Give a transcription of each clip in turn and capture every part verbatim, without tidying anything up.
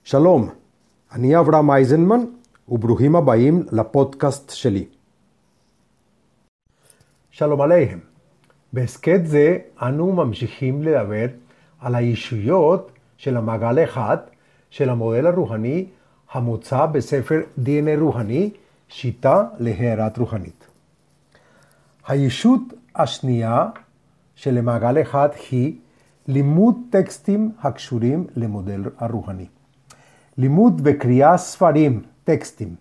שלום, אני אברהם אייזנמן, וברוכים הבאים לפודקאסט שלי. שלום עליהם. בהסקט זה אנו ממשיכים לדבר על הישויות של המעגל אחד של המודל הרוחני המוצע בספר די אן איי רוחני, שיטה להארת רוחנית. הישות השנייה של המעגל אחד היא לימוד טקסטים הקשורים למודל הרוחני. לימוד וקריאה ספרים, טקסטים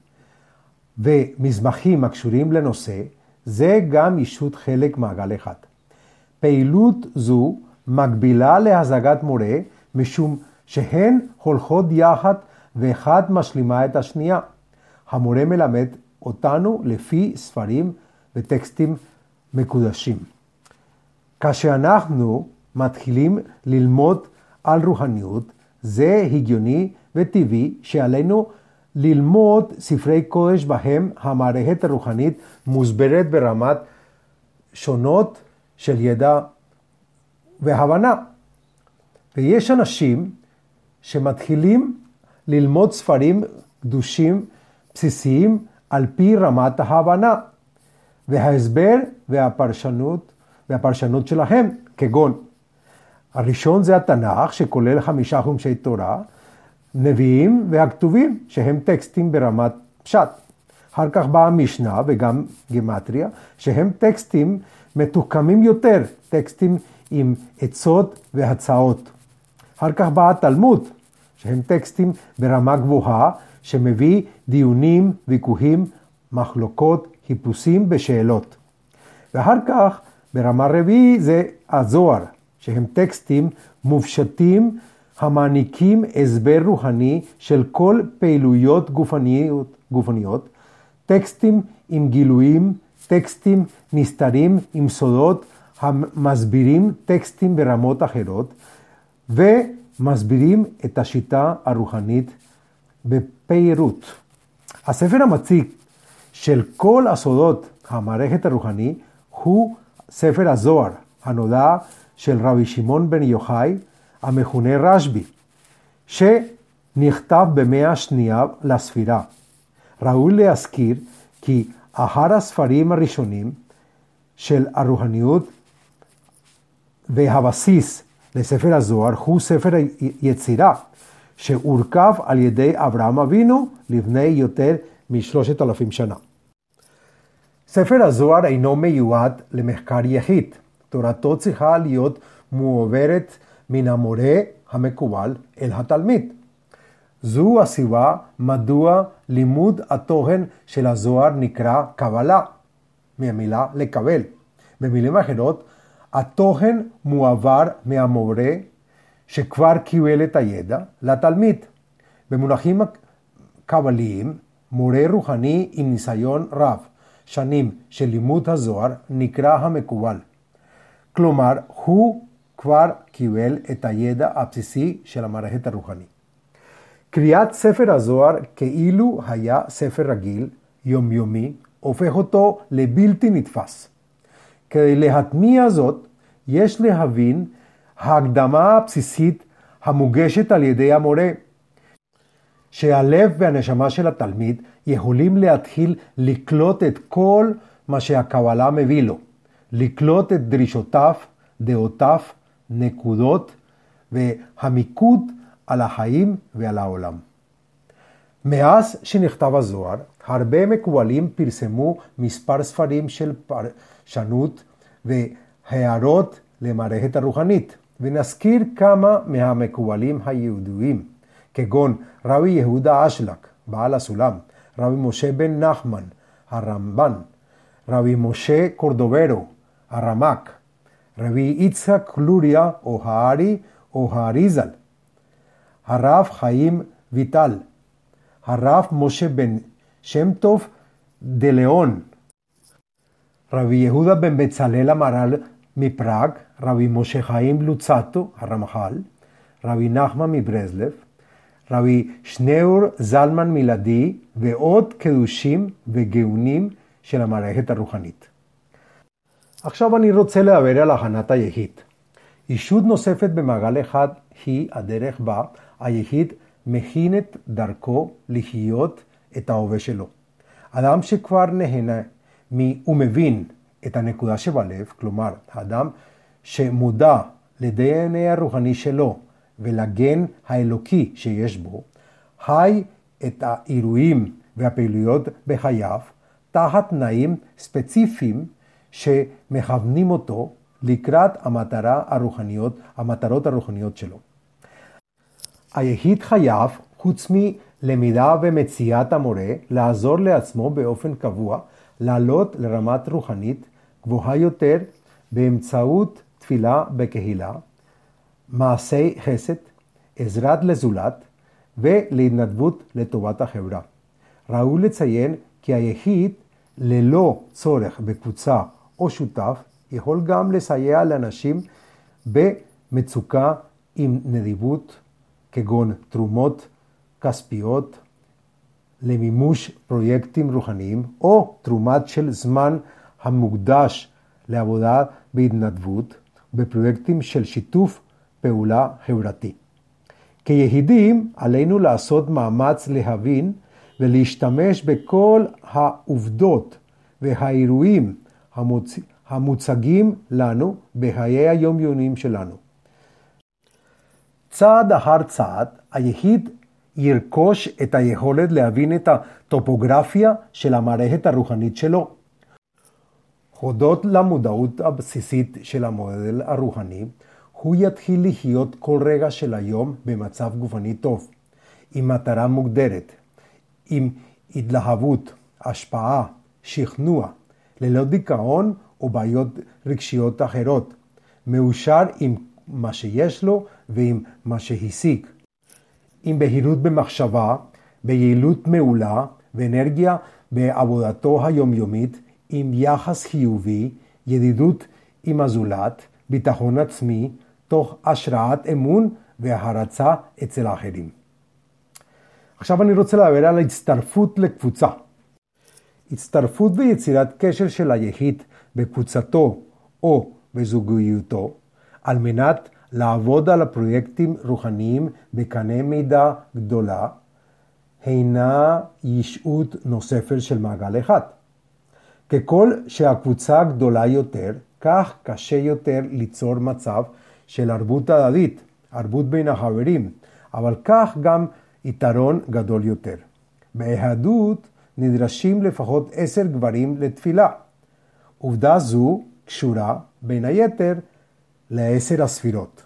ומסמכים הקשורים לנושא, זה גם ישות חלק מעגל אחד. פעילות זו מקבילה להשגת מורה, משום שהן הולכות יחד ואחת משלימה את השנייה. המורה מלמד אותנו לפי ספרים וטקסטים מקודשים. כאשר אנחנו מתחילים ללמוד על רוחניות, זה הגיוני וטבעי שעלינו ללמוד ספרי קודש בהם המערכת הרוחנית מוסברת ברמת שונות של ידע והבנה. ויש אנשים שמתחילים ללמוד ספרים קדושים בסיסיים על פי רמת ההבנה וההסבר והפרשנות והפרשנות שלהם, כגון הראשון זה התנ"ך שכולל חמישה חומשי תורה, נביאים והכתובים שהם טקסטים ברמת פשט. אחר כך באה המשנה וגם גימטריה שהם טקסטים מתוחכמים יותר, טקסטים עם עצות והצעות. אחר כך באה התלמוד שהם טקסטים ברמה גבוהה שמביא דיונים, ויכוחים, מחלוקות, חיפושים בשאלות. ואחר כך ברמה רביעי זה הזוהר שהם טקסטים מופשטים המעניקים הסבר רוחני של כל פעילויות גופניות, גופניות, טקסטים עם גילויים, טקסטים נסתרים עם סודות המסבירים טקסטים ברמות אחרות, ומסבירים את השיטה הרוחנית בפירוט. הספר המציג של כל הסודות המערכת הרוחני הוא ספר הזוהר, הנודע של רבי שמעון בן יוחאי, המכונה רשב"י, שנכתב במאה השנייה לספירה. ראוי להזכיר כי אחר הספרים הראשונים של הרוחניות והבסיס לספר הזוהר הוא ספר יצירה, שהורכב על ידי אברהם אבינו לפני יותר משלושת אלפים שנה. ספר הזוהר אינו מיועד למחקר יחיד. תורתו צריכה להיות מועברת מן המורה המקובל אל התלמיד. זו הסיבה מדוע לימוד התוכן של הזוהר נקרא קבלה, מהמילה לקבל. במילים אחרות, התוכן מועבר מהמורה שכבר קיבל את הידע לתלמיד. במונחים קבליים, מורה רוחני עם ניסיון רב שנים של לימוד הזוהר נקרא המקובל. כלומר, הוא כבר קיבל את הידע הבסיסי של המערכת הרוחנית. קריאת ספר הזוהר כאילו היה ספר רגיל, יומיומי, הופך אותו לבלתי נתפס. כדי להטמיע זאת, יש להבין ההקדמה הבסיסית המוגשת על ידי המורה, שהלב והנשמה של התלמיד יכולים להתחיל לקלוט את כל מה שהקבלה מביא לו, לקלוט את דרישותיו, דעותיו, נקודות והמיקוד על החיים ועל העולם. מאז שנכתב הזוהר, הרבה מקובלים פרסמו מספר ספרים של פרשנות והערות למערכת הרוחנית, ונזכיר כמה מהמקובלים היהודיים, כגון רבי יהודה אשלג, בעל הסולם, רבי משה בן נחמן, הרמב"ן, רבי משה קורדוברו, הרמ"ק, רבי יצחק לוריה או הארי או האריזל, הרב חיים ויטל, הרב משה בן שם טוב דליאון, רבי יהודה בן בצלאל המהר"ל מפראג, רבי משה חיים לוצטו, הרמח"ל, רבי נחמן מברסלב, רבי שניאור זלמן מלדי ועוד קדושים וגאונים של המערכת הרוחנית. עכשיו אני רוצה לדבר על הכנת היחיד. ישות נוספת במעגל אחד היא הדרך בה היחיד מכין את דרכו לחיות את ההווה שלו. אדם שכבר נהנה ומבין את הנקודה שבלב, כלומר, האדם שמודע ל-די אן איי הרוחני שלו ולגן האלוקי שיש בו, חי את האירועים והפעילויות בחייו תחת תנאים ספציפיים שמכוונים אותו לקראת המטרה הרוחניות, המטרות הרוחניות שלו. היחיד חייב, חוץ מלמידה ומציאת המורה, לעזור לעצמו באופן קבוע לעלות לרמת רוחנית גבוהה יותר באמצעות תפילה בקהילה, מעשי חסד, עזרת לזולת ולהתנדבות לטובת החברה. ראוי לציין כי היחיד ללא צורך בקבוצה או שותף יכול גם לסייע לאנשים במצוקה עם נדיבות, כגון תרומות כספיות למימוש פרויקטים רוחניים או תרומת של זמן המוקדש לעבודה בהתנדבות בפרויקטים של שיתוף פעולה חברתי. כיחידים עלינו לעשות מאמץ להבין ולהשתמש בכל העובדות והאירועים המוצ... המוצגים לנו בחיי היומיומיים שלנו. צעד אחר צעד, היחיד ירכוש את היכולת להבין את הטופוגרפיה של המערכת הרוחנית שלו. הודות למודעות הבסיסית של המודל הרוחני, הוא יתחיל לחיות כל רגע של היום במצב גופני טוב, עם מטרה מוגדרת, עם התלהבות, השפעה, שכנוע, ללא דיכאון או בעיות רגשיות אחרות, מאושר עם מה שיש לו ועם מה שהשיג, עם בהירות במחשבה, ביעילות מעולה ואנרגיה בעבודתו היומיומית, עם יחס חיובי, ידידות עם הזולת, ביטחון עצמי, תוך השראת אמון והערצה אצל האחרים. עכשיו אני רוצה לדבר על הצטרפות לקבוצה. הצטרפות ויצירת קשר של היחיד בקבוצתו או בזוגיותו, על מנת לעבוד על הפרויקטים רוחניים בקנה מידה גדולה, הינה ישות נוספת של מעגל אחד. ככל שהקבוצה גדולה יותר, כך קשה יותר ליצור מצב של ערבות הדדית, ערבות בין החברים, אבל כך גם יתרון גדול יותר. ביהדות נדרשים לפחות עשר גברים לתפילה. עובדה זו קשורה בין היתר לעשר הספירות.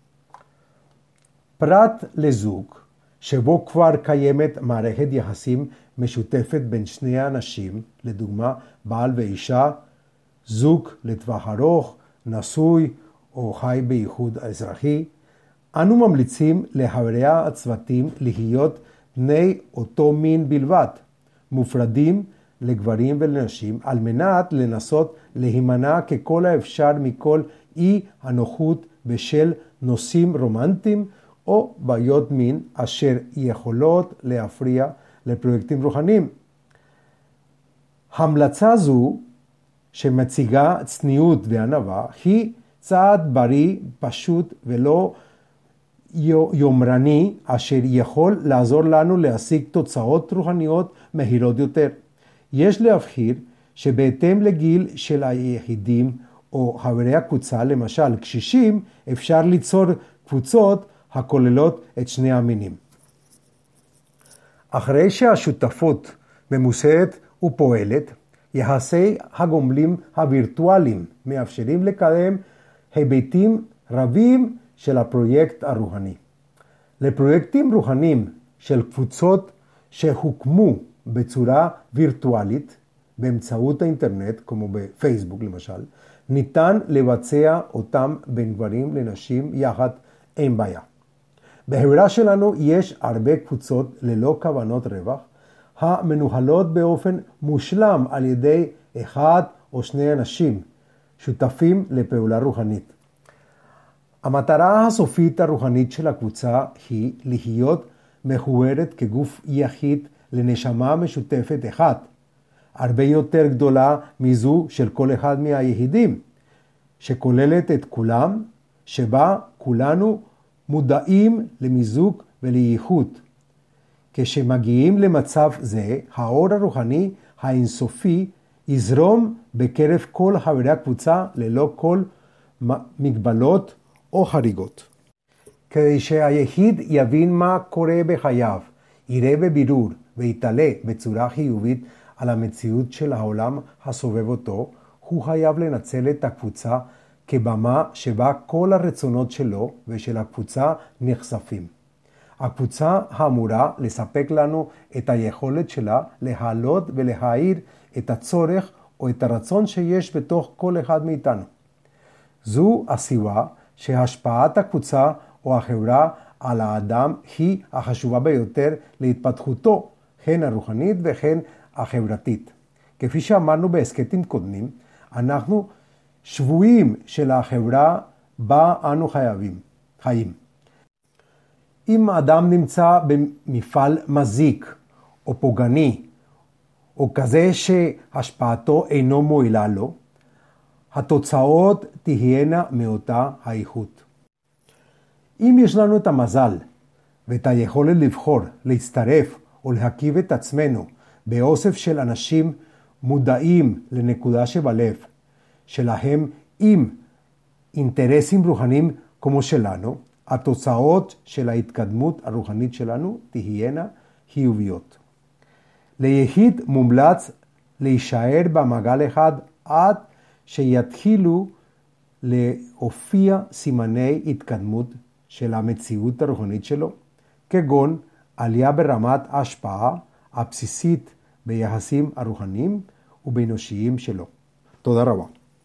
פרט לזוג, שבו כבר קיימת מערכת יחסים משותפת בין שני האנשים, לדוגמה בעל ואישה, זוג לטווח ארוך, נשוי או חי באיחוד האזרחי, אנו ממליצים לחברי הצוותים להיות בני אותו מין בלבד, מופרדים לגברים ולנשים, על מנת לנסות להימנע ככל האפשר מכל אי הנוחות בשל נושאים רומנטיים או בעיות מין אשר יכולות להפריע לפרויקטים רוחניים. המלצה זו שמציגה צניעות וענווה היא צעד בריא, פשוט ולא יומרני, אשר יכול לעזור לנו להשיג תוצאות רוחניות מהירות יותר. יש להבחיר שבהתאם לגיל של היחידים או חברי הקבוצה, למשל קשישים, אפשר ליצור קבוצות הכוללות את שני המינים. אחרי שהשותפות ממוסדת ופועלת, יחסי הגומלין הווירטואליים מאפשרים לקדם היבטים רבים של הפרויקט הרוחני. לפרויקטים רוחניים של קבוצות שהוקמו בצורה וירטואלית, באמצעות האינטרנט, כמו בפייסבוק למשל, ניתן לבצע אותם בין גברים לנשים יחד, אין בעיה. בחברה שלנו יש הרבה קבוצות ללא כוונות רווח, המנוהלות באופן מושלם על ידי אחד או שני אנשים, שותפים לפעולה רוחנית. המטרה הסופית הרוחנית של הקבוצה היא להיות מחוברת כגוף יחיד לנשמה משותפת אחת, הרבה יותר גדולה מזו של כל אחד מהיחידים, שכוללת את כולם, שבה כולנו מודעים למיזוג ולייחוד. כשמגיעים למצב זה, האור הרוחני האינסופי יזרום בקרב כל חברי הקבוצה ללא כל מגבלות או חריגות. כדי שהיחיד יבין מה קורה בחייו, יראה בבירור ויתעלה בצורה חיובית על המציאות של העולם הסובב אותו, הוא חייב לנצל את הקבוצה כבמה שבה כל הרצונות שלו ושל הקבוצה נחשפים. הקבוצה האמורה לספק לנו את היכולת שלה להעלות ולהאיר את הצורך או את הרצון שיש בתוך כל אחד מאיתנו. זו הסיבה שהשפעת הקבוצה או החברה על האדם היא החשובה ביותר להתפתחותו, הן הרוחנית וכן החברתית. כפי שאמרנו בהסקטים קודמים, אנחנו שבויים של החברה בה אנו חייבים, חיים. אם אדם נמצא במפעל מזיק או פוגעני, או כזה שהשפעתו אינו מועילה לו, התוצאות תהיינה מאותה האיכות. אם יש לנו את המזל ואת היכולת לבחור, להצטרף או להקיף את עצמנו באוסף של אנשים מודעים לנקודה שבלב שלהם עם אינטרסים רוחניים כמו שלנו, התוצאות של ההתקדמות הרוחנית שלנו תהיינה חיוביות. ליחיד מומלץ להישאר במעגל אחד עד שיתחילו להופיע סימני התקדמות של המציאות הרוחנית שלו, כגון עלייה ברמת ההשפעה הבסיסית ביחסים הרוחניים ובאנושיים שלו. תודה רבה.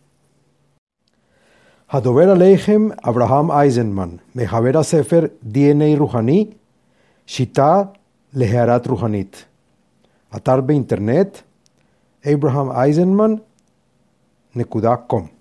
הדובר עליכם אברהם אייזנמן, מחבר הספר די אן איי רוחני, שיטה להארת רוחנית. אתר באינטרנט אברהם אייזנמן נקודה קום